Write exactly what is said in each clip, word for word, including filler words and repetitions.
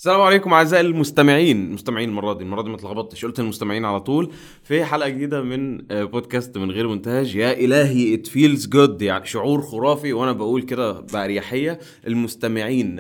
السلام عليكم اعزائي المستمعين مستمعين المره دي المره دي ما اتلخبطتش، قلت المستمعين على طول في حلقه جديده من آه، بودكاست من غير مونتاج. يا الهي ات فيلز جود، يعني شعور خرافي وانا بقول كده باريحيه. المستمعين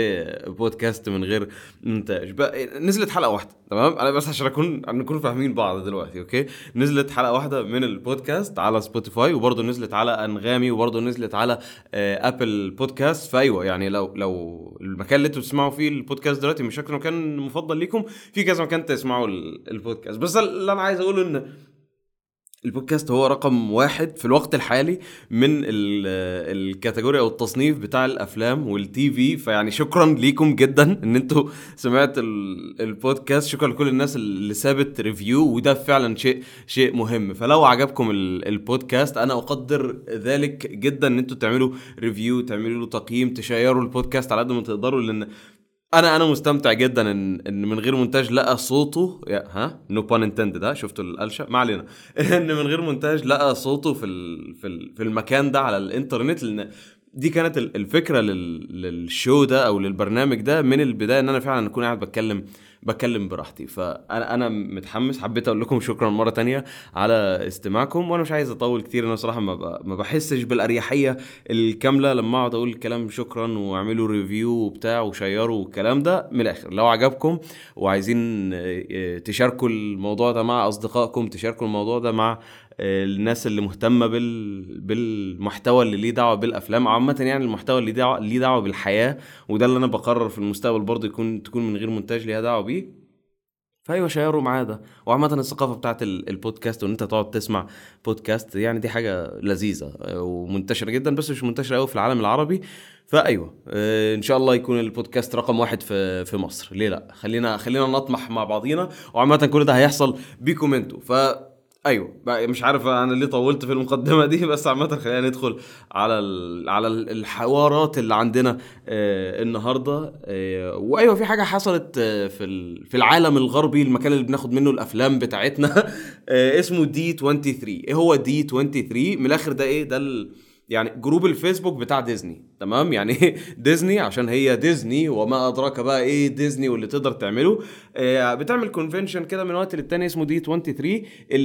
ببودكاست من غير مونتاج بقى نزلت حلقه واحده، تمام؟ انا بس عشان اكون نكون فاهمين بعض دلوقتي، اوكي؟ نزلت حلقه واحده من البودكاست على سبوتيفاي، وبرضه نزلت على انغامي، وبرضه نزلت على آه، ابل بودكاست. فايوه يعني لو لو المكان اللي انتوا بتسمعوا فيه البودكاست دلوقتي مش شكله مكان مفضل ليكم، في كذا مكان تسمعوا ال- البودكاست. بس اللي انا عايز اقوله ان البودكاست هو رقم واحد في الوقت الحالي من ال- الكاتيجوري او التصنيف بتاع الافلام والتي في. فيعني شكرا ليكم جدا ان انتوا سمعت ال- البودكاست. شكرا لكل الناس اللي سابت ريفيو، وده فعلا شيء شيء مهم. فلو عجبكم ال- البودكاست انا اقدر ذلك جدا ان انتوا تعملوا ريفيو، تعملوا له تقييم، تشيروا البودكاست على قد ما تقدروا، لان انا انا مستمتع جدا ان ان من غير مونتاج لقى صوته يا ها نو بان انتندد. ده شفتوا القلشه، ما علينا. ان من غير مونتاج لقى صوته في ال في ال في المكان ده على الانترنت، لان دي كانت ال- الفكره لل للشو ده او للبرنامج ده من البدايه، ان انا فعلا اكون قاعد بتكلم بتكلم براحتي. فانا انا متحمس، حبيت اقول لكم شكرا مره تانية على استماعكم. وانا مش عايز اطول كتير، انا صراحه ما ب- ما بحسش بالاريحيه الكامله لما اقعد اقول الكلام شكرا واعملوا ريفيو وبتاع وشيروا والكلام ده. من الاخر لو عجبكم وعايزين آه، آه، تشاركوا الموضوع ده مع اصدقائكم، تشاركوا الموضوع ده مع آه، الناس اللي مهتمه بال بالمحتوى اللي ليه دعوه بالافلام عامه، يعني المحتوى اللي دعوه ليه دعوه بالحياه، وده اللي انا بقرر في المستقبل برضه يكون تكون من غير مونتاج ليها دعوه بيه. فايوه شيروا معاه ده. وعامة الثقافة بتاعت ال- البودكاست وان انت تقعد تسمع بودكاست، يعني دي حاجة لذيذة آه، ومنتشرة جدا، بس مش منتشرة قوي في العالم العربي. فايوه آه، ان شاء الله يكون البودكاست رقم واحد في في مصر. ليه لا؟ خلينا خلينا نطمح مع بعضينا. وعامة كل ده هيحصل بيكم انتوا. ف ايوه بقى، مش عارف انا ليه طولت في المقدمه دي، بس عامه خلينا ندخل على ال... على ال- الحوارات اللي عندنا آه النهارده. آه وايوه في حاجه حصلت آه في ال... في العالم الغربي، المكان اللي بناخد منه الافلام بتاعتنا آه اسمه دي تلاتة وعشرين. ايه هو دي تلاتة وعشرين من الاخر؟ ده ايه ده ال... يعني جروب الفيسبوك بتاع ديزني، تمام؟ يعني ايه ديزني؟ عشان هي ديزني وما ادراك بقى ايه ديزني واللي تقدر تعمله. آه بتعمل كونفنشن كده من وقت للتاني اسمه دي تلاتة وعشرين،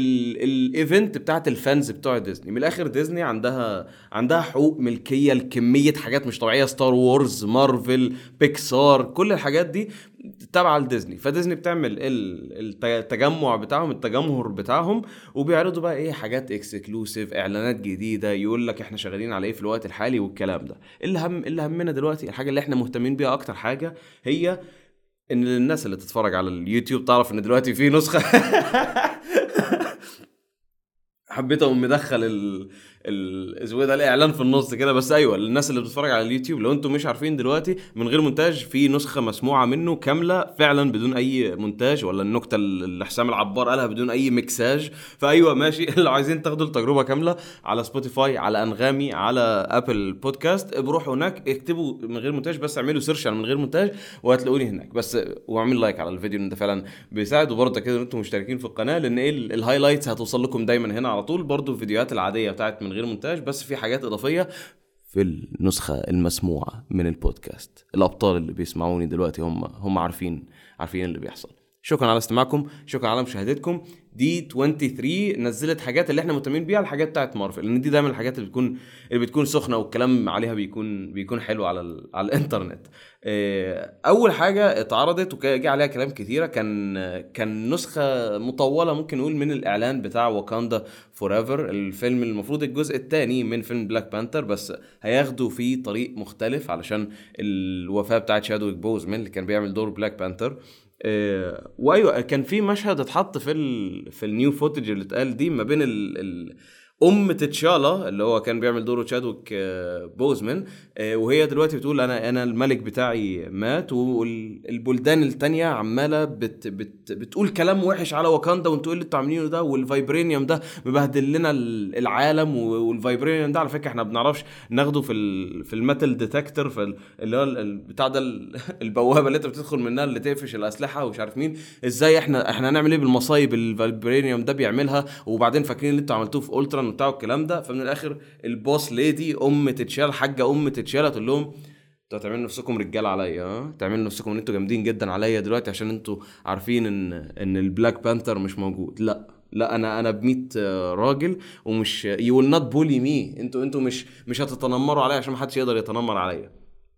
الايفنت بتاعت الفانز بتوع ديزني. من الاخر ديزني عندها عندها حقوق ملكيه لكميه حاجات مش طبيعيه، ستار وورز، مارفل، بيكسار، كل الحاجات دي تابعه لديزني. فديزني بتعمل ال- الت- التجمع بتاعهم، التجمهر بتاعهم، وبيعرضوا بقى ايه حاجات اكسكلوسيف، اعلانات جديده، يقول لك احنا شغالين على ايه في الوقت الحالي والكلام ده. اللي هم اللي همنا دلوقتي، الحاجه اللي احنا مهتمين بيها اكتر حاجه، هي ان الناس اللي تتفرج على اليوتيوب تعرف ان دلوقتي في نسخه حبيت اقوم مدخل ال ال اسمه إيه ده الاعلان في النص كده. بس ايوه الناس اللي بتتفرج على اليوتيوب، لو انتم مش عارفين دلوقتي من غير مونتاج في نسخه مسموعه منه كامله فعلا بدون اي مونتاج، ولا النكته اللي حسام العبار قالها بدون اي مكساج. فايوه ماشي لو عايزين تاخدوا التجربه كامله على سبوتيفاي، على انغامي، على ابل بودكاست، بروحوا هناك اكتبوا من غير مونتاج، بس اعملوا سيرش على من غير مونتاج وهتلاقوني هناك. بس واعمل لايك على الفيديو ان ده فعلا بيساعد. وبرضه كده انتم مشتركين في القناه، لان ايه ال- الهايلايتس هتوصل لكم دايما هنا على طول. برضه الفيديوهات العاديه بتاعت من غير مونتاج، بس في حاجات اضافيه في النسخه المسموعه من البودكاست. الابطال اللي بيسمعوني دلوقتي هم هم عارفين عارفين اللي بيحصل. شكرا على استماعكم، شكرا على مشاهدتكم. دي تلاتة وعشرين نزلت حاجات اللي احنا مهتمين بيها، الحاجات بتاعت مارفل، لان دي دايما الحاجات اللي بتكون اللي بتكون سخنه والكلام عليها بيكون بيكون حلو على ال... على الانترنت. آه، اول حاجه اتعرضت وجي عليها كلام كتيره كان كان نسخه مطوله ممكن نقول من الاعلان بتاع واكاندا فور، الفيلم المفروض الجزء الثاني من فيلم بلاك بانثر، بس هياخدوا فيه طريق مختلف علشان الوفاه بتاعت شادويك بوزمان اللي كان بيعمل دور بلاك بانثر. آه، وايوه كان في مشهد اتحط في ال... في النيو فوتج اللي اتقال دي ما بين ال... ال... ام تتشالا اللي هو كان بيعمل دوره تشادويك آه، بوزمان، آه، وهي دلوقتي بتقول انا انا الملك بتاعي مات، والبلدان التانية عماله بت بت بتقول كلام وحش على واكاندا، وانتوا ايه اللي انتوا عاملينه ده، والفايبرينيوم ده مبهدل لنا ال- العالم، والفايبرينيوم ده على فكره احنا بنعرفش ناخده في ال في الميتال ديتكتور، في ال- اللي هو ال- ال- بتاع ده ال- البوابه اللي انت بتدخل منها اللي تقفش الاسلحه ومش عارف مين. ازاي احنا احنا هنعمل ايه بالمصايب اللي الفايبرينيوم ده بيعملها؟ وبعدين فاكرين اللي انتوا عملتوه في الترا وبتاع الكلام ده. فمن الاخر البوس ليدي ام تتشال، حاجه ام تتشال، تقول لهم انتوا هتعملوا نفسكم رجال عليا، ها تعملوا نفسكم ان انتوا جامدين جدا عليا دلوقتي عشان انتوا عارفين ان ان البلاك بانثر مش موجود. لا لا، انا انا بميت راجل، ومش you will not bully me. انتوا انتوا مش مش هتتنمروا عليا عشان ما حدش يقدر يتنمر عليا.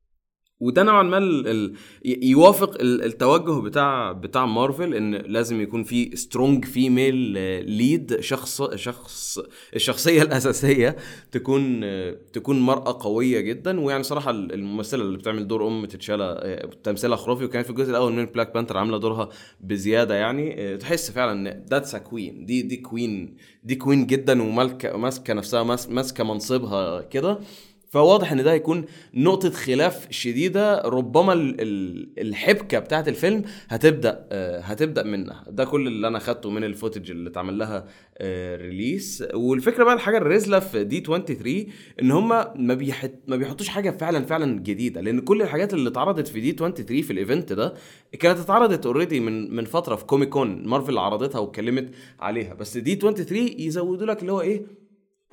وده نوعا ما ال... ال... ي- يوافق ال- التوجه بتاع بتاع مارفل، ان لازم يكون في سترونج فيميل ليد، شخص شخص الشخصيه الاساسيه تكون آه، تكون مرأة قويه جدا. ويعني صراحه الممثله اللي بتعمل دور ام تتشالا آه، تمثيلها خرافي، وكانت في الجزء الاول من بلاك بانثر عامله دورها بزياده. يعني آه، تحس فعلا ان ذاتس ا كوين، دي دي كوين، دي كوين جدا، ومالكه ماسكه نفسها، ماس- ماسكه منصبها كده. فواضح ان ده هيكون نقطة خلاف شديدة، ربما ال- ال- الحبكة بتاعت الفيلم هتبدأ آه، هتبدأ منها. ده كل اللي انا خدته من الفوتج اللي اتعمل لها آه، ريليس. والفكرة بقى الحاجة الرزلة في دي ثلاثة وعشرين ان هما ما بيحط ما بيحطوش حاجة فعلا فعلا جديدة، لان كل الحاجات اللي اتعرضت في دي ثلاثة وعشرين في الايفنت ده كانت اتعرضت اوريدي من من فترة في كوميك كون. مارفل عرضتها واتكلمت عليها، بس دي ثلاثة وعشرين يزودوا لك اللي هو ايه،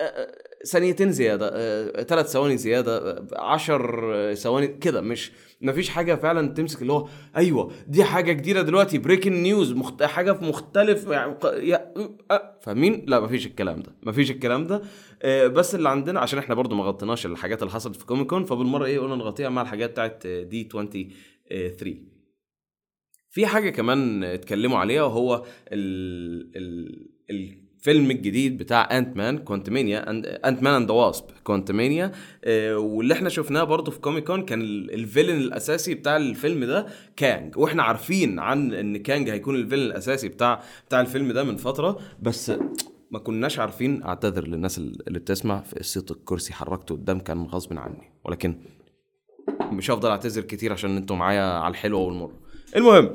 ثانيتين زيادة، ثلاث ثواني زيادة، آه، عشر آه، ثواني كده. مش مفيش حاجة فعلا تمسك اللي هو أيوة دي حاجة جديدة دلوقتي، بريكنج نيوز، مخت... حاجة في مختلف يعني ق- يا... أه، فاهمين؟ لا مفيش الكلام ده، مفيش الكلام ده. آه، بس اللي عندنا عشان احنا برضو ما غطيناش الحاجات اللي حصلت في كوميكون، فبالمرة ايه قلنا نغطيها مع الحاجات بتاعت دي ثلاثة وعشرين. في حاجة كمان اتكلموا عليها، وهو ال ال الفيلم الجديد بتاع انت مان كوانتمانيا، انت مان اند واسب كوانتمانيا. واللي احنا شفناه برضو في كوميك كون كان ال- الفيلن الاساسي بتاع الفيلم ده كانج. واحنا عارفين عن ان كانج هيكون الفيلن الاساسي بتاع بتاع الفيلم ده من فترة، بس ما كناش عارفين. اعتذر للناس اللي بتسمع، في صوت الكرسي حركته قدام كان غصب عني، ولكن مش هفضل اعتذر كتير عشان انتوا معايا على الحلوه والمر. المهم،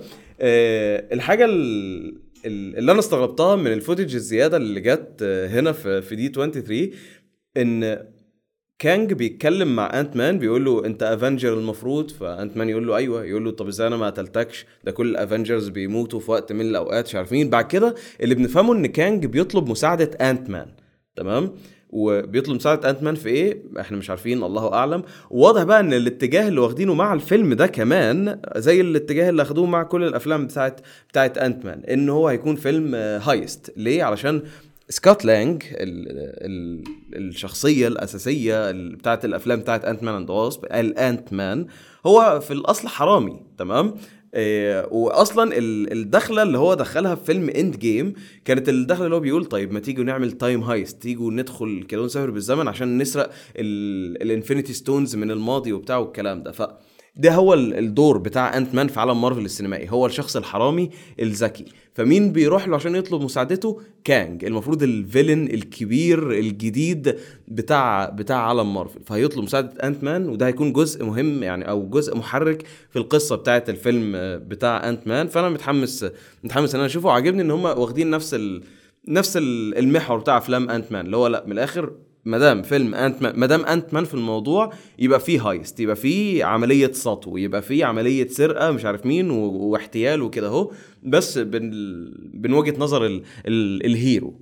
آه الحاجه ال- ال- اللي انا استغربتها من الفوتج الزياده اللي جت آه، هنا في في دي ثلاثة وعشرين، ان كانج بيتكلم مع انت مان، بيقول له انت افنجر المفروض. فانت مان يقول له ايوه، يقول له طب ازاي انا ما قتلتكش؟ ده كل الافنجرز بيموتوا في وقت من الاوقات، مش عارفين. بعد كده اللي بنفهمه ان كانج بيطلب مساعده انت مان، تمام؟ وبيطلب مساعده انت مان في ايه احنا مش عارفين، الله اعلم. وواضح بقى ان الاتجاه اللي واخدينه مع الفيلم ده كمان زي الاتجاه اللي اخدوه مع كل الافلام بتاعت بتاعت انت مان، ان هو هيكون فيلم آه، هايست. ليه؟ علشان سكوت لانج ال ال الشخصية الأساسية ال- بتاعت الأفلام بتاعت أنت مان أند واسب، الأنت مان، هو في الأصل حرامي، تمام؟ إيه، واصلا ال- الدخله اللي هو دخلها في فيلم اند جيم كانت الدخله اللي هو بيقول طيب ما تيجوا نعمل تايم هايست، تيجوا ندخل كده نسافر بالزمن عشان نسرق الانفينيتي ستونز من الماضي وبتاع والكلام ده. ف ده هو ال- الدور بتاع انت مان في عالم مارفل السينمائي، هو الشخص الحرامي الذكي. فمين بيروح له عشان يطلب مساعدته؟ كانج، المفروض الفيلن الكبير الجديد بتاع بتاع عالم مارفل. فهيطلب مساعده انت مان، وده هيكون جزء مهم يعني، او جزء محرك في القصه بتاعه الفيلم آه، بتاع انت مان. فانا متحمس متحمس ان انا اشوفه. عاجبني ان هم واخدين نفس ال... نفس ال- المحور بتاع افلام انت مان، اللي هو لا من الاخر مادام فيلم انت مان، مادام انت مان في الموضوع، يبقى فيه هايست، يبقى فيه عمليه سطو، يبقى فيه عمليه سرقه مش عارف مين و... واحتيال وكده اهو. بس بن... بن وجهه نظر ال... ال... الهيرو.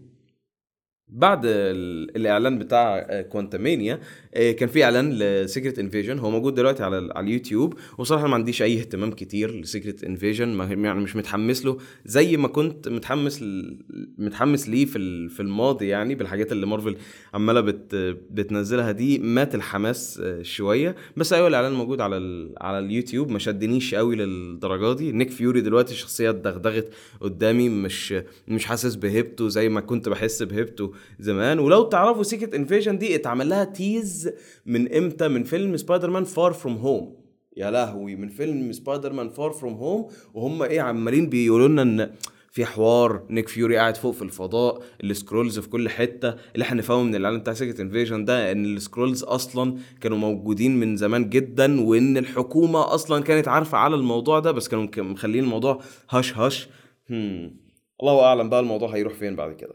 بعد ال- الاعلان بتاع كوانتامانيا كان في اعلان لسيكريت انفيجن، هو موجود دلوقتي على ال- على اليوتيوب. وصراحه ما عنديش اي اهتمام كتير لسيكريت انفيجن، يعني مش متحمس له زي ما كنت متحمس ل... متحمس ليه في ال- في الماضي، يعني بالحاجات اللي مارفل عماله بت... بتنزلها دي مات الحماس آه، شويه. بس ايوه الاعلان موجود على ال... على اليوتيوب، ما شدنيش قوي للدرجه دي. نيك فيوري دلوقتي شخصيه دغدغت قدامي، مش مش حاسس بهيبته زي ما كنت بحس بهيبته زمان. ولو تعرفوا سيكريت انفيجن دي اتعمل لها تيز من امتى؟ من فيلم سبايدر مان فار فروم هوم. يا لهوي، من فيلم سبايدر مان فار فروم هوم، وهم ايه عمالين بيقولوا لنا ان في حوار نيك فيوري قاعد فوق في الفضاء، السكرولز في كل حته. اللي احنا نفهمه من الاعلان بتاع سيكريت انفيجن ده ان السكرولز اصلا كانوا موجودين من زمان جدا، وان الحكومه اصلا كانت عارفه على الموضوع ده، بس كانوا مخلين الموضوع هش هش. هم. الله اعلم بقى الموضوع هيروح فين بعد كده.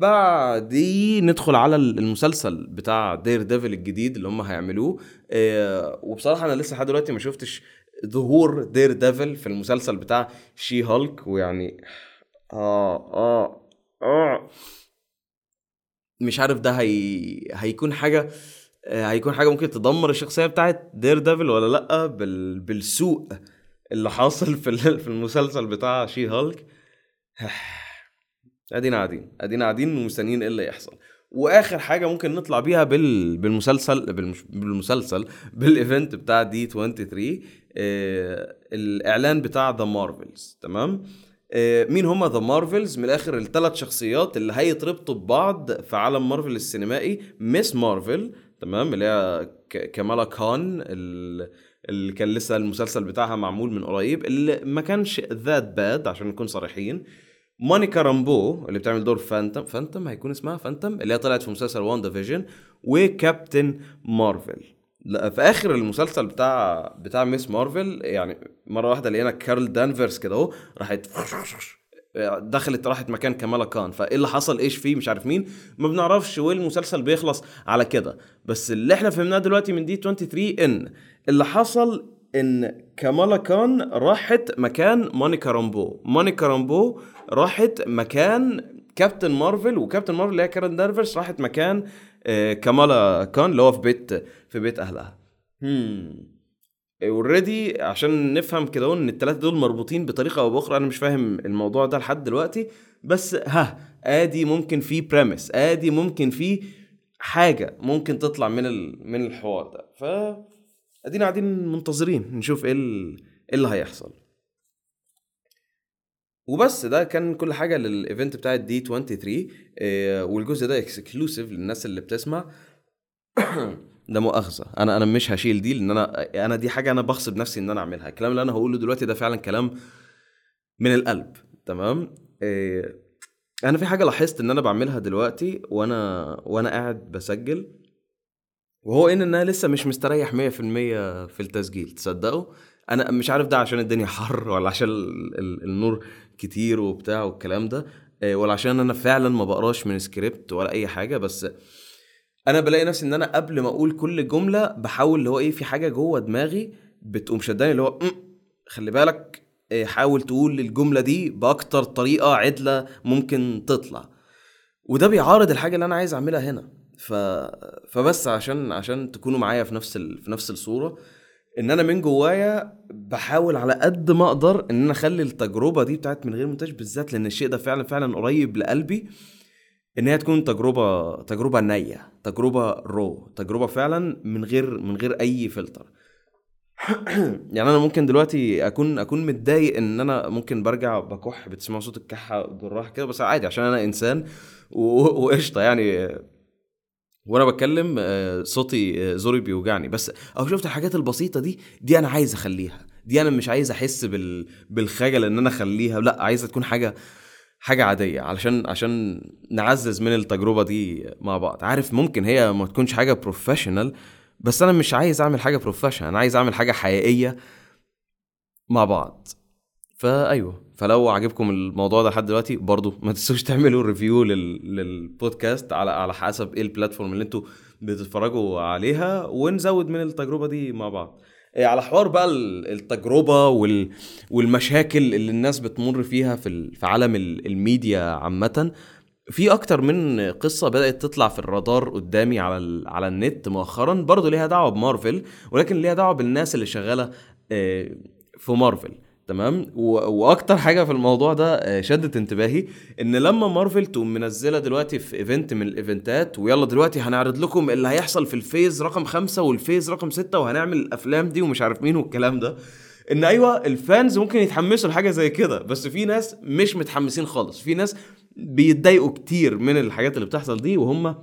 بعدي ندخل على المسلسل بتاع دير ديفل الجديد اللي هم هيعملوه. آه، وبصراحة أنا لسه لحد دلوقتي ما شفتش ظهور دير ديفل في المسلسل بتاع شي هالك. ويعني آه آه آه مش عارف ده هي... هيكون حاجة آه، هيكون حاجه ممكن تدمر الشخصيه بتاعت دير ديفل ولا لا، بال... بالسوء اللي حاصل في ال- في المسلسل بتاع شي هالك. ادينا قاعدين ادينا قاعدين ومستنيين ايه اللي يحصل. واخر حاجه ممكن نطلع بيها بال... بالمسلسل بالمش... بالمسلسل بالايفنت بتاع دي ثلاثة وعشرين، آه... الاعلان بتاع ذا مارفلز. تمام. آه... مين هما ذا مارفلز؟ من الاخر الثلاث شخصيات اللي هيتربطوا ببعض في عالم مارفل السينمائي. ميس مارفل، تمام، اللي هي ك... كمالا كان، ال... اللي كان لسه المسلسل بتاعها معمول من قريب، اللي ما كانش ذات باد عشان نكون صريحين. مونيكا رامبو اللي بتعمل دور فانتوم فانتوم هيكون اسمها فانتوم، اللي هي طلعت في مسلسل واندا فيجن. وكابتن مارفل. لا، في اخر المسلسل بتاع بتاع ميس مارفل، يعني مره واحده لقينا كارل دانفرز كده اهو راحت دخلت راحت مكان كمالا كان. فايه اللي حصل؟ ايش فيه؟ مش عارف مين، ما بنعرفش، والمسلسل بيخلص على كده. بس اللي احنا فهمناه دلوقتي من دي ثلاثة وعشرين ان اللي حصل ان كمالا كان راحت مكان مونيكا رامبو، مونيكا رامبو راحت مكان كابتن مارفل، وكابتن مارفل اللي هي كارن دانفرز راحت مكان آه، كمالا كان اللي هو في بيت في بيت اهلها. هم اوريدي عشان نفهم كده ان الثلاثه دول مربوطين بطريقه او باخرى. انا مش فاهم الموضوع ده لحد دلوقتي، بس ها ادي ممكن في بريمس، ادي ممكن في حاجه ممكن تطلع من ال... من الحوار ده. ف ادينا قاعدين منتظرين نشوف ايه ال... إيه اللي هيحصل. وبس ده كان كل حاجه للايفنت بتاع دي ثلاثة وعشرين. إيه، والجزء ده اكسكلوسيف للناس اللي بتسمع. ده مؤاخذه، انا انا مش هشيل دي، لان انا انا دي حاجه انا بغصب نفسي ان انا اعملها. الكلام اللي انا هقوله دلوقتي ده فعلا كلام من القلب. تمام. إيه، انا في حاجه لاحظت ان انا بعملها دلوقتي وانا وانا قاعد بسجل، وهو ان انا لسه مش مستريح مية في المية في التسجيل. تصدقوا؟ انا مش عارف ده عشان الدنيا حر، ولا عشان ال- ال- النور كتير وبتاع والكلام ده، إيه، ولا عشان انا فعلا ما بقراش من سكريبت ولا اي حاجه. بس انا بلاقي نفسي ان انا قبل ما اقول كل جمله بحاول اللي هو ايه، في حاجه جوه دماغي بتقوم شداني اللي هو "أم، خلي بالك، إيه، حاول تقول الجمله دي باكتر طريقه عدله ممكن تطلع". وده بيعارض الحاجه اللي انا عايز اعملها هنا. ف... فبس عشان عشان تكونوا معايا في نفس ال... في نفس الصوره، ان انا من جوايا بحاول على قد ما اقدر ان انا اخلي التجربه دي بتاعت من غير مونتاج بالذات، لان الشيء ده فعلا فعلا قريب لقلبي، ان هي تكون تجربه تجربه نيه، تجربه رو، تجربه فعلا من غير من غير اي فلتر. يعني انا ممكن دلوقتي اكون اكون متضايق ان انا ممكن برجع بكح، بتسمعوا صوت الكحه بالراحه كده، بس عادي عشان انا انسان و- وقشطه يعني. وانا بتكلم آه، صوتي آه، زوري بيوجعني، بس او شفت الحاجات البسيطه دي دي انا عايز اخليها، دي انا مش عايز احس بال بالخجل ان انا اخليها، لا عايزه تكون حاجه حاجه عاديه، علشان عشان نعزز من التجربه دي مع بعض. عارف ممكن هي ما تكونش حاجه بروفيشنال، بس انا مش عايز اعمل حاجه بروفيشنال، انا عايز اعمل حاجه حقيقيه مع بعض. فايوه، فلو عجبكم الموضوع ده لحد دلوقتي برضو ما تنسوش تعملوا ريفيو لل... للبودكاست على على حسب ايه البلاتفورم اللي انتوا بتتفرجوا عليها، ونزود من التجربه دي مع بعض. إيه، على حوار بقى ال- التجربه وال... والمشاكل اللي الناس بتمر فيها في ال... في عالم ال- الميديا عامه. في اكتر من قصه بدات تطلع في الرادار قدامي على ال... على النت مؤخرا، برضو ليها دعوه بمارفل، ولكن ليها دعوه بالناس اللي شغاله آه، في مارفل. تمام. و... واكتر حاجه في الموضوع ده آه، شدت انتباهي، ان لما مارفل تقوم منزله دلوقتي في ايفنت من الايفنتات، ويلا دلوقتي هنعرض لكم اللي هيحصل في الفيز رقم خمسة والفيز رقم ستة، وهنعمل الافلام دي ومش عارف مين والكلام ده، ان ايوه الفانز ممكن يتحمسوا لحاجه زي كده، بس في ناس مش متحمسين خالص، في ناس بيتضايقوا كتير من الحاجات اللي بتحصل دي، وهم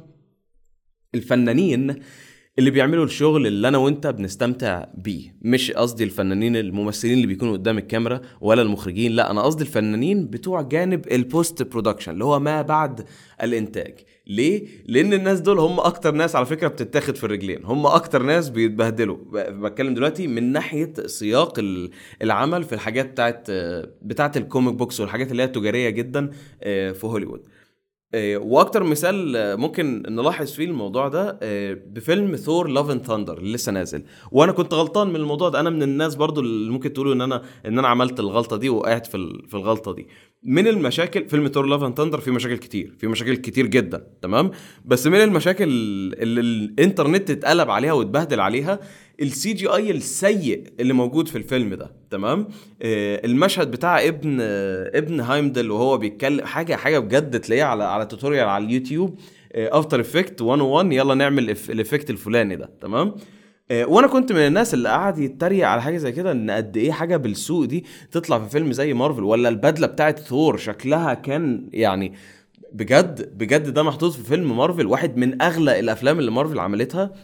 الفنانين اللي بيعملوا الشغل اللي انا وانت بنستمتع بيه. مش قصدي الفنانين الممثلين اللي بيكونوا قدام الكاميرا ولا المخرجين، لا انا قصدي الفنانين بتوع جانب البوست برودكشن اللي هو ما بعد الانتاج. ليه؟ لان الناس دول هم اكتر ناس على فكرة بتتاخد في الرجلين، هم اكتر ناس بيتبهدلوا. ب- بتكلم دلوقتي من ناحية سياق ال- العمل في الحاجات بتاعت بتاعت الكوميك بوكس والحاجات اللي هي تجارية جدا آه، في هوليوود. آه، واكتر مثال آه، ممكن نلاحظ فيه الموضوع ده آه، بفيلم ثور لاف اند ثاندر اللي لسه نازل. وانا كنت غلطان من الموضوع ده، انا من الناس برضو اللي ممكن تقولوا ان انا ان انا عملت الغلطه دي وقعت في ال- في الغلطه دي. من المشاكل فيلم ثور لاف اند ثاندر فيه مشاكل كتير، فيه مشاكل كتير جدا، تمام. بس من المشاكل اللي الانترنت اتقلب عليها واتبهدل عليها السي جي اي السيء اللي موجود في الفيلم ده، تمام. آه، المشهد بتاع ابن آه، ابن هايمدل وهو بيتكلم حاجه حاجه بجد تلاقيها على على توتوريال على اليوتيوب، افتر افكت مية وواحد، يلا نعمل الافكت الفلاني ده، تمام. آه، وانا كنت من الناس اللي قاعد يتريق على حاجه زي كده، ان قد ايه حاجه بالسوق دي تطلع في فيلم زي مارفل. ولا البدله بتاعت ثور شكلها كان يعني بجد بجد ده محطوط في فيلم مارفل، واحد من اغلى الافلام اللي مارفل عملتها.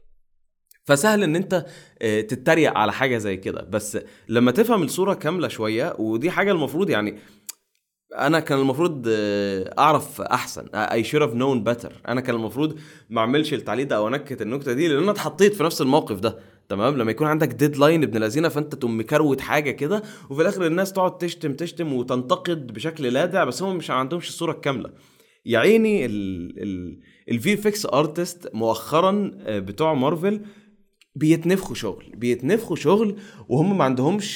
فسهل ان انت آه، تتريق على حاجه زي كده. بس لما تفهم الصوره كامله شويه، ودي حاجه المفروض يعني انا كان المفروض آه، اعرف احسن، I should have known better. انا كان المفروض ما اعملش التعليق ده او انكت النكته دي، لان انا اتحطيت في نفس الموقف ده، تمام. لما يكون عندك ديدلاين ابن لذينه، فانت تقوم مكروت حاجه كده، وفي الاخر الناس تقعد تشتم تشتم وتنتقد بشكل لاذع، بس هم مش عندهمش الصوره الكامله. يا عيني ال الفي فيكس ارتست مؤخرا آه، بتوع مارفل بيتنفخوا شغل بيتنفخوا شغل وهم ما عندهمش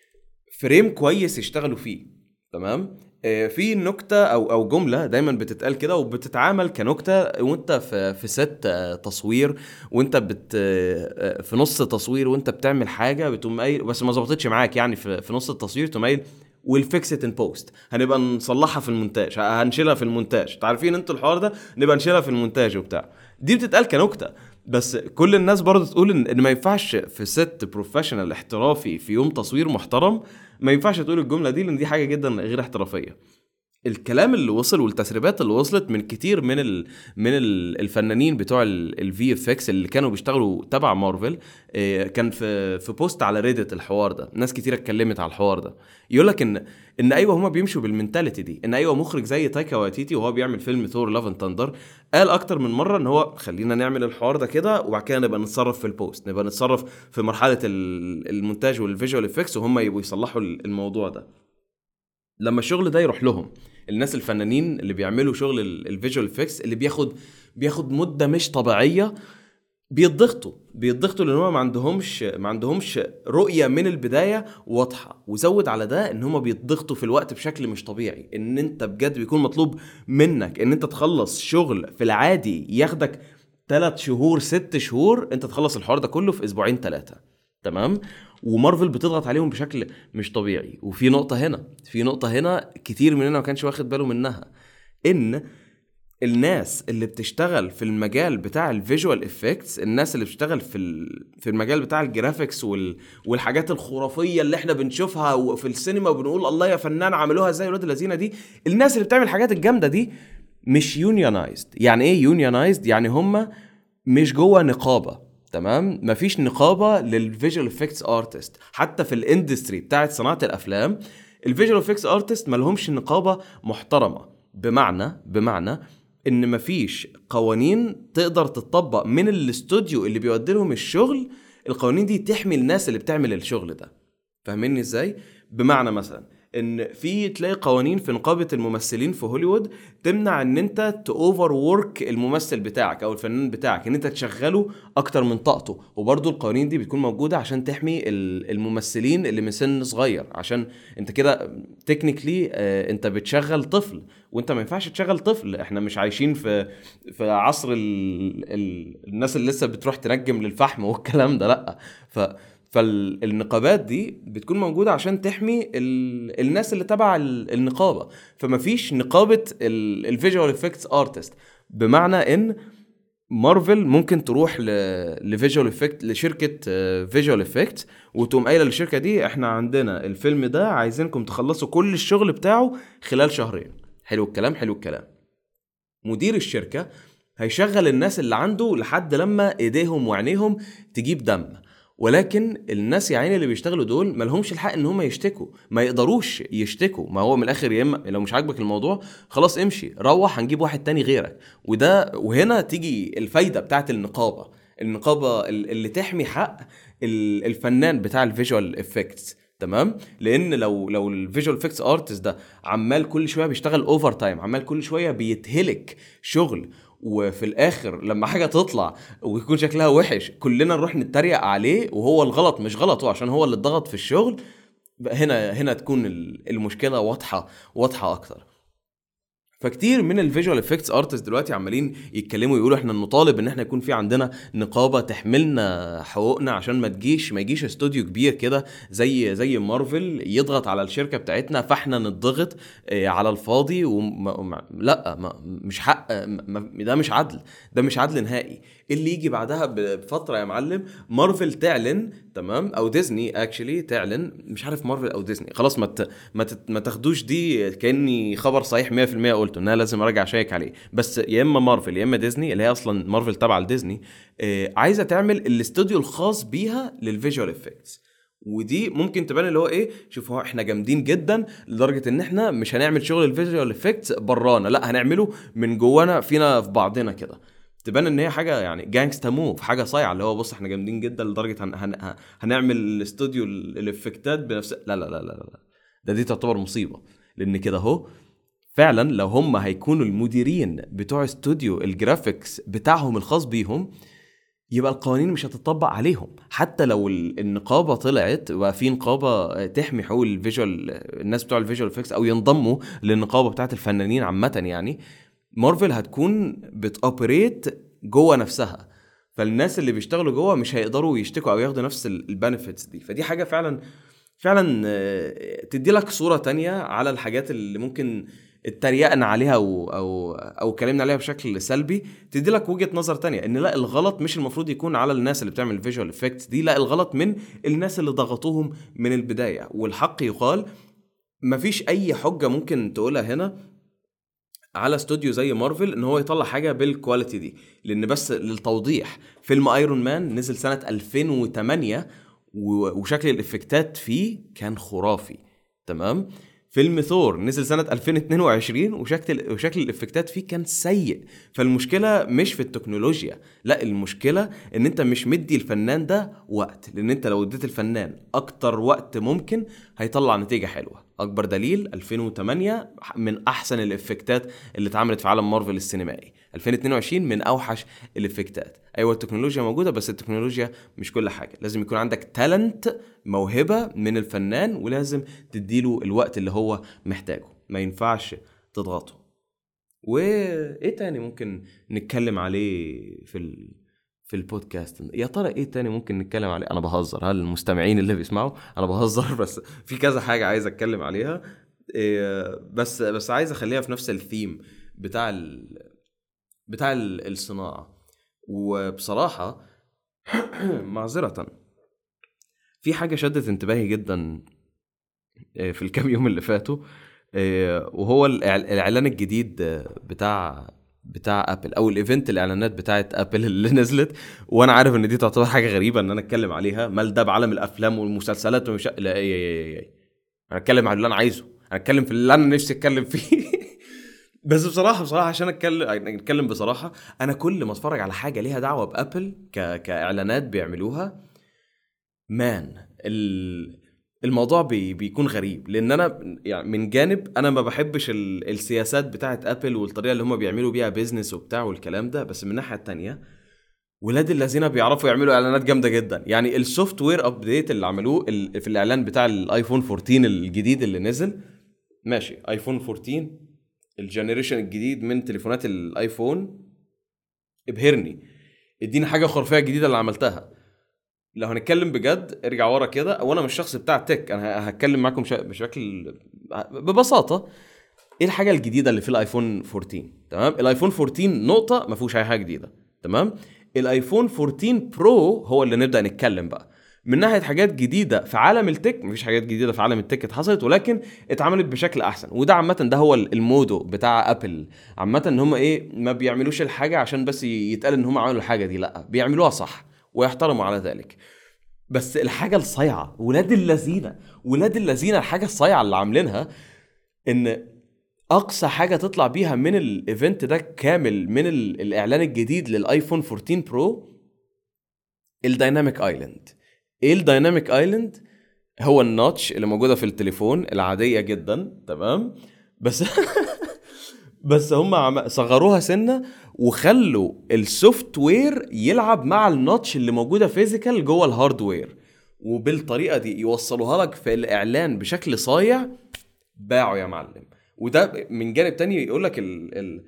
فريم كويس يشتغلوا فيه، تمام. آه، في نكته او او جمله دايما بتتقال كده وبتتعامل كنكته، وانت في في ست آه، تصوير، وانت بت آه، آه، في نص تصوير وانت بتعمل حاجه بتقوم قايل، بس ما ظبطتش معاك يعني في في نص التصوير، تقوم قايل والفيكس ات ان بوست، هنبقى نصلحها في المونتاج، هنشيلها في المونتاج، عارفين انتوا الحوار ده، نبقى نشيلها في المونتاج وبتاع. دي بتتقال كنكته، بس كل الناس برضه تقول ان إن ما ينفعش في ست بروفيشنال احترافي في يوم تصوير محترم ما ينفعش تقول الجمله دي، لان دي حاجه جدا غير احترافيه. الكلام اللي وصل والتسريبات اللي وصلت من كتير من ال... من ال- الفنانين بتوع الفي اف اكس اللي كانوا بيشتغلوا تبع مارفل، آه، كان في في بوست على ريدت الحوار ده، ناس كتير اتكلمت على الحوار ده، يقول لك ان ان ايوه هما بيمشوا بالمنتاليتي دي، ان ايوه مخرج زي تايكا واتيتي وهو بيعمل فيلم ثور لاف اند ثاندر قال اكتر من مره ان هو خلينا نعمل الحوار ده كده، وبعد كده نبقى نتصرف في البوست، نبقى نتصرف في مرحله ال- المونتاج والفيجوال افكتس، وهم يبقوا يصلحوا الموضوع ده. لما الشغل ده يروح لهم، الناس الفنانين اللي بيعملوا شغل الفيجوال افكتس اللي بياخد بياخد مده مش طبيعيه، بيضغطوا بيضغطوا لان هم ما عندهمش ما عندهمش رؤيه من البدايه واضحه. وزود على ده ان هم بيضغطوا في الوقت بشكل مش طبيعي، ان انت بجد بيكون مطلوب منك ان انت تخلص شغل في العادي ياخدك ثلاث شهور ست شهور، انت تخلص الحوار ده كله في اسبوعين ثلاثه، تمام. ومارفل بتضغط عليهم بشكل مش طبيعي. وفي نقطه هنا في نقطه هنا كتير مننا ما كانش واخد باله منها، ان الناس اللي بتشتغل في المجال بتاع الفيجوال افكتس، الناس اللي بتشتغل في ال- في المجال بتاع الجرافيكس وال... والحاجات الخرافيه اللي احنا بنشوفها في السينما وبنقول الله يا فنان عملوها زي ولاد الذين دي، الناس اللي بتعمل الحاجات الجامده دي مش يونيونايزد. يعني ايه يونيونايزد؟ يعني هم مش جوه نقابه، تمام. مفيش نقابه للفيجوال افكتس ارتست. حتى في الاندستري بتاعت صناعه الافلام الفيجوال افكتس ارتست مالهمش نقابه محترمه، بمعنى بمعنى ان مفيش قوانين تقدر تطبق من الاستوديو اللي بيودي لهم الشغل، القوانين دي تحمي الناس اللي بتعمل الشغل ده. فاهميني ازاي؟ بمعنى مثلا ان في تلاقي قوانين في نقابه الممثلين في هوليوود تمنع ان انت تاوفر وورك الممثل بتاعك او الفنان بتاعك، ان انت تشغله اكتر من طاقته. وبرضو القوانين دي بتكون موجوده عشان تحمي ال- الممثلين اللي من سن صغير، عشان انت كده تكنيكلي انت بتشغل طفل، وانت ما ينفعش تشغل طفل. احنا مش عايشين في في عصر ال... ال... الناس اللي لسه بتروح تنجم للفحم والكلام ده، لا. ف فالنقابات دي بتكون موجودة عشان تحمي ال... الناس اللي تبع ال- النقابة. فما فيش نقابة الفيجوال افكتس ارتست، بمعنى ان مارفل ممكن تروح ل لفيجوال افكت لشركة فيجوال افكت وتقوم قايله للشركة دي احنا عندنا الفيلم ده عايزينكم تخلصوا كل الشغل بتاعه خلال شهرين. حلو الكلام حلو الكلام. مدير الشركة هيشغل الناس اللي عنده لحد لما ايديهم وعينيهم تجيب دم، ولكن الناس يا عيني اللي بيشتغلوا دول مالهمش الحق ان هم يشتكوا، ما يقدروش يشتكوا. ما هو من الاخر يا اما لو مش عاجبك الموضوع خلاص امشي روح، هنجيب واحد تاني غيرك. وده وهنا تيجي الفايدة بتاعت النقابة النقابة اللي تحمي حق ال- الفنان بتاع الفيجوال افكتس، تمام. لان لو لو الفيجوال افكتس ارتست ده عمال كل شويه بيشتغل اوفر تايم، عمال كل شويه بيتهلك شغل، وفي الاخر لما حاجه تطلع ويكون شكلها وحش كلنا نروح نتريق عليه، وهو الغلط مش غلطه عشان هو اللي اتضغط في الشغل، هنا هنا تكون المشكله واضحه واضحه اكتر. فكتير من الفيجوال افكتس ارتست دلوقتي عمالين يتكلموا يقولوا احنا نطالب ان احنا يكون في عندنا نقابه تحملنا حقوقنا، عشان ما تجيش ما يجيش استوديو كبير كده زي زي مارفل يضغط على الشركه بتاعتنا فاحنا نضغط على الفاضي. وما لا ما مش حق، ما ده مش عدل، ده مش عدل نهائي. اللي يجي بعدها بفتره يا معلم مارفل تعلن، تمام، او ديزني اكشلي تعلن، مش عارف مارفل او ديزني، خلاص ما ما ما تاخدوش دي كاني خبر صحيح مية في المية قلته ان انا لازم ارجع شيك عليه، بس يا اما مارفل يا اما ديزني، اللي هي اصلا مارفل تبع لديزني، آه عايزه تعمل الاستوديو الخاص بيها للفيجوال افكتس. ودي ممكن تبان اللي هو ايه، شوفوا احنا جامدين جدا لدرجه ان احنا مش هنعمل شغل الفيجوال افكتس برانا، لا هنعمله من جوانا فينا في بعضنا كده. تبان ان هي حاجه يعني جانجستا موف، حاجه صايعه، اللي هو بص احنا جامدين جدا لدرجه هن... هن... هنعمل الاستوديو الافكتات بنفس. لا لا لا لا لا، ده دي تعتبر مصيبه. لان كده اهو فعلا لو هم هيكونوا المديرين بتوع استوديو الجرافيكس بتاعهم الخاص بيهم، يبقى القوانين مش هتطبق عليهم. حتى لو النقابه طلعت وبقى في نقابه تحمي حقوق الفيجوال، الناس بتوع الفيجوال افكتس، او ينضموا للنقابه بتاعه الفنانين عامه، يعني مارفل هتكون بتوبريت جوه نفسها، فالناس اللي بيشتغلوا جوه مش هيقدروا يشتكوا او ياخدوا نفس البنفيتس دي. فدي حاجه فعلا فعلا تدي لك صوره تانية على الحاجات اللي ممكن اتريقنا عليها او او او اتكلمنا عليها بشكل سلبي، تدي لك وجهه نظر تانية ان لا، الغلط مش المفروض يكون على الناس اللي بتعمل الفيجوال افكتس دي، لا الغلط من الناس اللي ضغطوهم من البدايه. والحق يقال، مفيش اي حجه ممكن تقولها هنا على استوديو زي مارفل ان هو يطلع حاجه بالكواليتي دي. لان بس للتوضيح، فيلم ايرون مان نزل سنه ألفين وتمانية وشكل الافكتات فيه كان خرافي، تمام. فيلم ثور نزل سنة ألفين واتنين وعشرين وشكل وشكل الافكتات فيه كان سيء. فالمشكلة مش في التكنولوجيا، لا المشكلة ان انت مش مدي الفنان ده وقت. لان انت لو اديت الفنان اكتر وقت ممكن هيطلع نتيجة حلوة. اكبر دليل ألفين وتمانية من احسن الافكتات اللي اتعملت في عالم مارفل السينمائي، ألفين واتنين وعشرين من اوحش الافكتات. ايوه التكنولوجيا موجودة، بس التكنولوجيا مش كل حاجة. لازم يكون عندك تالنت، موهبة من الفنان، ولازم تديله الوقت اللي هو محتاجه، ما ينفعش تضغطه. وايه تاني ممكن نتكلم عليه في ال... في البودكاست؟ يا ترى ايه تاني ممكن نتكلم عليه؟ انا بهزر، هل المستمعين اللي بيسمعوا انا بهزر، بس في كذا حاجة عايز اتكلم عليها، إيه بس بس عايز اخليها في نفس الثيم بتاع ال... بتاع ال... الصناعة. وبصراحة معذرة، في حاجة شدت انتباهي جدا في الكام يوم اللي فاتوا، وهو الاعلان الجديد بتاع بتاع ابل، او الايفنت الاعلانات بتاعه ابل اللي نزلت. وانا عارف ان دي تعتبر حاجه غريبه ان انا اتكلم عليها، مال ده بعالم الافلام والمسلسلات ومش لا اي اي اي انا اتكلم عن اللي انا عايزه، انا اتكلم في اللي انا نفسي اتكلم فيه. بس بصراحه بصراحه عشان اتكلم اتكلم بصراحه، انا كل ما اتفرج على حاجه ليها دعوه بابل ك... كاعلانات بيعملوها، مان ال... الموضوع بي بيكون غريب. لان انا يعني من جانب انا ما بحبش ال... السياسات بتاعه ابل والطريقه اللي هم بيعملوا بيها بيزنس وبتاع والكلام ده، بس من الناحيه التانية ولاد الذين بيعرفوا يعملوا اعلانات جامده جدا. يعني السوفت وير ابديت اللي عملوه ال... في الاعلان بتاع الايفون أربعتاشر الجديد اللي نزل، ماشي ايفون أربعتاشر الجنريشن الجديد من تليفونات الايفون، ابهرني، اديني حاجه خرافيه جديده اللي عملتها. لو هنتكلم بجد ارجع ورا كده، وانا مش شخص بتاع تك، انا هتكلم معاكم بشكل ببساطه. ايه الحاجه الجديده اللي في الايفون أربعتاشر؟ تمام، الايفون أربعتاشر نقطه ما فيهوش اي حاجه جديده، تمام. الايفون أربعتاشر برو هو اللي نبدا نتكلم بقى من ناحيه حاجات جديده في عالم التك. مفيش حاجات جديده في عالم التك اتحصلت، ولكن اتعملت بشكل احسن. وده عامه ده هو المودو بتاع ابل عامه، ان هم ايه، ما بيعملوش الحاجه عشان بس يتقال ان هم عملوا الحاجه دي، لا بيعملوها صح ويحترموا على ذلك. بس الحاجة الصيعة، ولاد اللذينة ولاد اللذينة الحاجة الصيعة اللي عاملينها، ان اقصى حاجة تطلع بيها من الايفنت ده كامل من الاعلان الجديد للايفون أربعتاشر برو، الدايناميك ايلاند. ايه الدايناميك ايلاند؟ هو النوتش اللي موجوده في التليفون العاديه جدا، تمام، بس بس هم عم... صغروها سنه وخلوا السوفت وير يلعب مع النوتش اللي موجوده فيزيكال جوه الهاردوير، وبالطريقه دي يوصلوها لك في الاعلان بشكل صايع. باعوا يا معلم. وده من جانب تاني يقول لك ال... ال...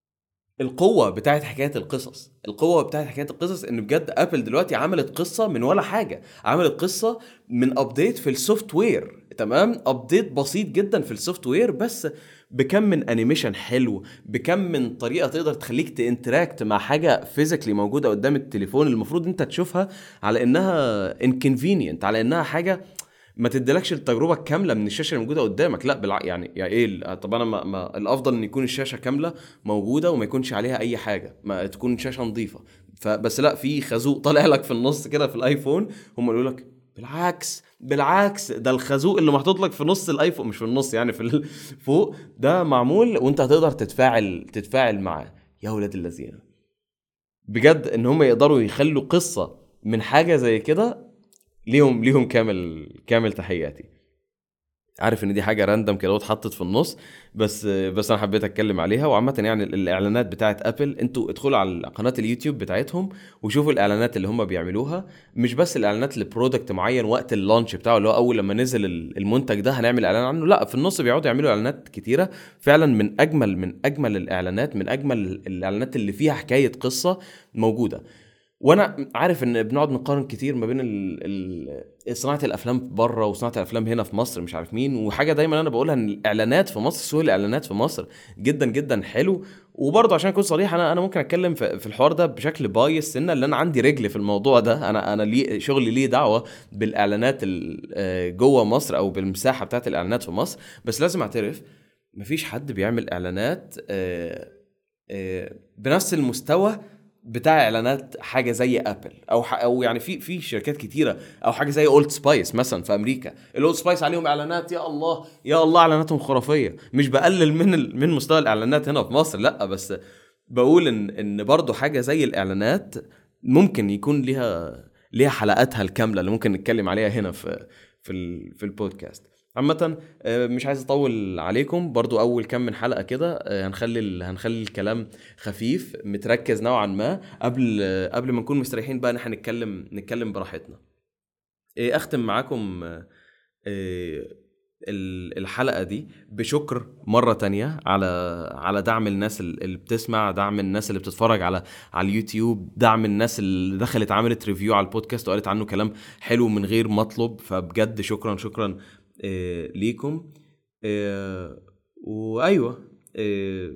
القوه بتاعت حكايه القصص القوه بتاعت حكايه القصص ان بجد ابل دلوقتي عملت قصه من ولا حاجه، عملت قصه من ابديت في السوفت وير، تمام، ابديت بسيط جدا في السوفت وير، بس بكم من انيميشن حلو، بكم من طريقه تقدر تخليك تانتراكت مع حاجه فيزيكلي موجوده قدام التليفون اللي المفروض انت تشوفها على انها انكونفينينت، على انها حاجه ما تديلكش التجربه الكامله من الشاشه اللي موجوده قدامك. لا بالع... يعني يعني ايه ال- طب انا ما... ما... الافضل ان يكون الشاشه كامله موجوده وما يكونش عليها اي حاجه، ما تكون شاشه نظيفه. فبس لا، في خازوق طالع لك في النص كده في الايفون، هم يقولوا لك بالعكس بالعكس، ده الخازوق اللي محطوط لك في نص الايفون، مش في النص يعني في ال... فوق، ده معمول وانت هتقدر تتفاعل تتفاعل معاه. يا ولاد الذين، بجد ان هم يقدروا يخلوا قصه من حاجه زي كده، ليهم ليهم كامل كامل تحياتي. عارف ان دي حاجه راندم كده واتحطت في النص، بس بس انا حبيت اتكلم عليها. وعامه يعني الاعلانات بتاعت ابل، انتوا ادخلوا على قناه اليوتيوب بتاعتهم وشوفوا الاعلانات اللي هم بيعملوها، مش بس الاعلانات لبرودكت معين وقت اللانش بتاعه اللي هو اول لما نزل المنتج ده هنعمل اعلان عنه، لا، في النص بيقعدوا يعملوا اعلانات كتيره فعلا، من اجمل من اجمل الاعلانات، من اجمل الاعلانات اللي فيها حكايه قصه موجوده. وانا عارف ان بنقعد نقارن كتير ما بين ال... ال... صناعه الافلام بره وصناعه الافلام هنا في مصر، مش عارف مين، وحاجه دايما انا بقولها ان الاعلانات في مصر، سوق الاعلانات في مصر جدا جدا حلو. وبرضه عشان اكون صريح، انا انا ممكن اتكلم في, في الحوار ده بشكل بايس، سنه اللي انا عندي رجل في الموضوع ده، انا انا لي شغلي ليه دعوه بالاعلانات ال- آه، جوه مصر او بالمساحه بتاعت الاعلانات في مصر. بس لازم اعترف مفيش حد بيعمل اعلانات آه، آه، بنفس المستوى بتاع اعلانات حاجه زي ابل، او ح... او يعني في في شركات كتيره، او حاجه زي اولد سبايس مثلا في امريكا. الاولد سبايس عليهم اعلانات يا الله يا الله، اعلاناتهم خرافيه. مش بقلل من ال... من مستوى الاعلانات هنا في مصر، لا، بس بقول ان ان برضو حاجه زي الاعلانات ممكن يكون ليها ليها حلقاتها الكامله اللي ممكن نتكلم عليها هنا في في ال... في البودكاست. عامة آه، مش عايز اطول عليكم، برضو اول كم من حلقة كده آه، هنخلي ال... هنخلي الكلام خفيف متركز نوعا ما، قبل آه، قبل ما نكون مستريحين بقى ان احنا نتكلم نتكلم براحتنا. آه، اختم معاكم آه، آه، ال- الحلقة دي بشكر مرة تانية على على دعم الناس ال- اللي بتسمع، دعم الناس اللي بتتفرج على على اليوتيوب، دعم الناس اللي دخلت عملت ريفيو على البودكاست وقالت عنه كلام حلو من غير مطلب. فبجد شكرا شكرا آه، ليكم. آه، وايوه آه،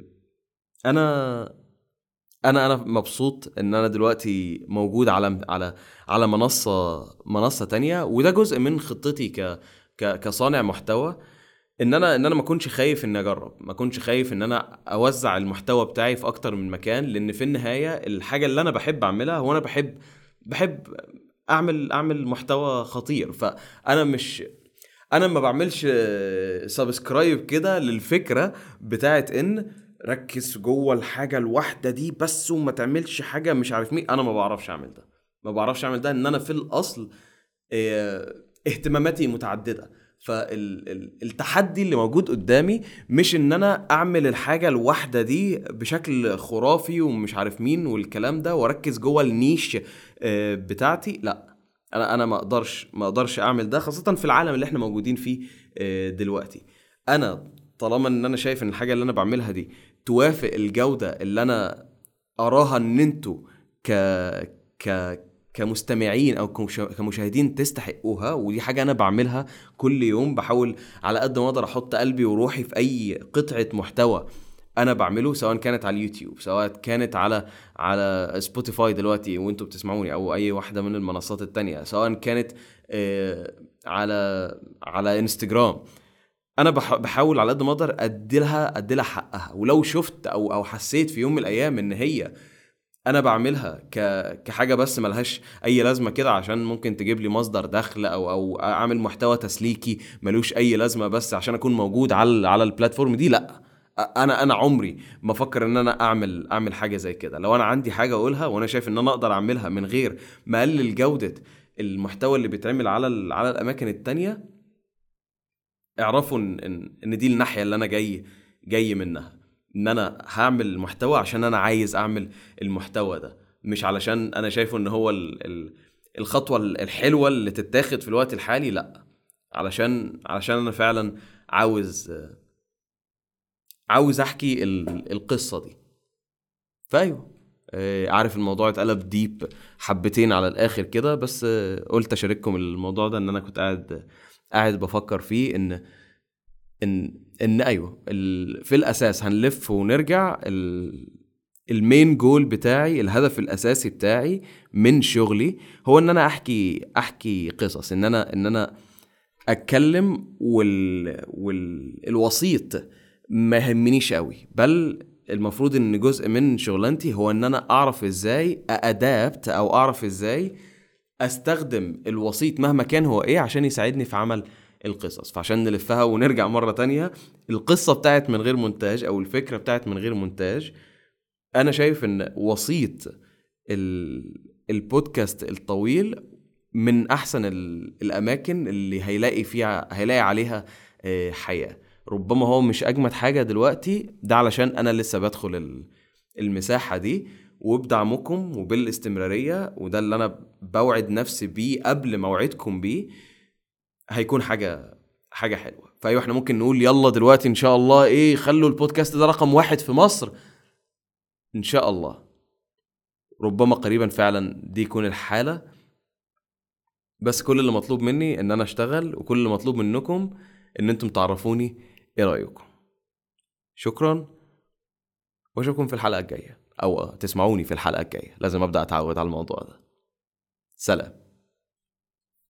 انا انا انا مبسوط ان انا دلوقتي موجود على على على منصة منصة تانية، وده جزء من خطتي ك ك كصانع محتوى، ان انا ان انا ما كنتش خايف اني اجرب، ما كنتش خايف ان انا اوزع المحتوى بتاعي في اكتر من مكان، لان في النهاية الحاجة اللي انا بحب اعملها هو انا بحب بحب اعمل اعمل محتوى خطير. فانا مش انا ما بعملش سبسكرايب كده للفكره بتاعت ان ركز جوه الحاجه الواحده دي بس وما تعملش حاجه مش عارف مين. انا ما بعرفش اعمل ده، ما بعرفش اعمل ده، ان انا في الاصل آه، اهتماماتي متعدده. فالتحدي اللي موجود قدامي مش ان انا اعمل الحاجه الواحده دي بشكل خرافي ومش عارف مين والكلام ده واركز جوه النيش آه، بتاعتي، لا، انا انا ما اقدرش ما اقدرش اعمل ده، خاصه في العالم اللي احنا موجودين فيه آه، دلوقتي. انا طالما ان انا شايف ان الحاجه اللي انا بعملها دي توافق الجوده اللي انا اراها ان انتوا ك ك كمستمعين او كمش- كمشاهدين تستحقوها، ودي حاجه انا بعملها كل يوم، بحاول على قد ما اقدر احط قلبي وروحي في اي قطعه محتوى انا بعمله، سواء كانت على اليوتيوب، سواء كانت على على سبوتيفاي دلوقتي وانتوا بتسمعوني، او اي واحده من المنصات التانية، سواء كانت آه، على على انستجرام. انا بح- بحاول على قد ما اقدر اديلها اديلها حقها. ولو شفت او او حسيت في يوم من الايام ان هي انا بعملها ك... كحاجه بس ملهاش اي لازمه كده عشان ممكن تجيب لي مصدر دخل، او او اعمل محتوى تسليكي ملوش اي لازمه بس عشان اكون موجود على على البلاتفورم دي، لا، انا انا عمري ما افكر ان انا اعمل اعمل حاجه زي كده. لو انا عندي حاجه اقولها وانا شايف ان انا اقدر اعملها من غير ما اقلل جوده المحتوى اللي بيتعمل على ال- على الاماكن التانية، اعرفوا ان ان إن دي الناحية اللي انا جاي جاي منها، ان انا هعمل المحتوى عشان انا عايز اعمل المحتوى ده، مش علشان انا شايفه ان هو ال ال الخطوة الحلوة اللي تتاخد في الوقت الحالي، لا، علشان علشان انا فعلا عاوز عاوز احكي ال- القصة دي. فايوه، آه، عارف الموضوع اتقلب ديب حبتين على الاخر كده، بس آه، قلت اشارككم الموضوع ده، ان انا كنت قاعد قاعد بفكر فيه، ان ان ان ايوه ال... في الاساس هنلف ونرجع. ال... المين جول بتاعي، الهدف الاساسي بتاعي من شغلي، هو ان انا احكي احكي قصص، ان انا ان انا اتكلم، وال والوسيط ما يهمنيش قوي، بل المفروض ان جزء من شغلانتي هو ان انا اعرف ازاي ادابت، او اعرف ازاي استخدم الوسيط مهما كان هو ايه عشان يساعدني في عمل القصص. فعشان نلفها ونرجع مرة تانية، القصة بتاعت من غير مونتاج، او الفكرة بتاعت من غير مونتاج، انا شايف ان وسيط ال... البودكاست الطويل من احسن ال... الاماكن اللي هيلاقي فيها هيلاقي عليها آه، حياة. ربما هو مش اجمد حاجة دلوقتي، ده علشان انا لسه بدخل ال... المساحة دي، وبدعمكم وبالاستمرارية، وده اللي انا بوعد نفسي بيه قبل موعدكم بيه، هيكون حاجة حاجة حلوة. فايوه، احنا ممكن نقول يلا دلوقتي ان شاء الله ايه، خلوا البودكاست ده رقم واحد في مصر ان شاء الله. ربما قريبا فعلا دي يكون الحالة، بس كل اللي مطلوب مني ان انا اشتغل، وكل اللي مطلوب منكم ان انتم تعرفوني ايه رأيكم. شكرا، واشوفكم في الحلقة الجاية، او تسمعوني في الحلقة الجاية، لازم ابدأ اتعود على الموضوع ده. سلام.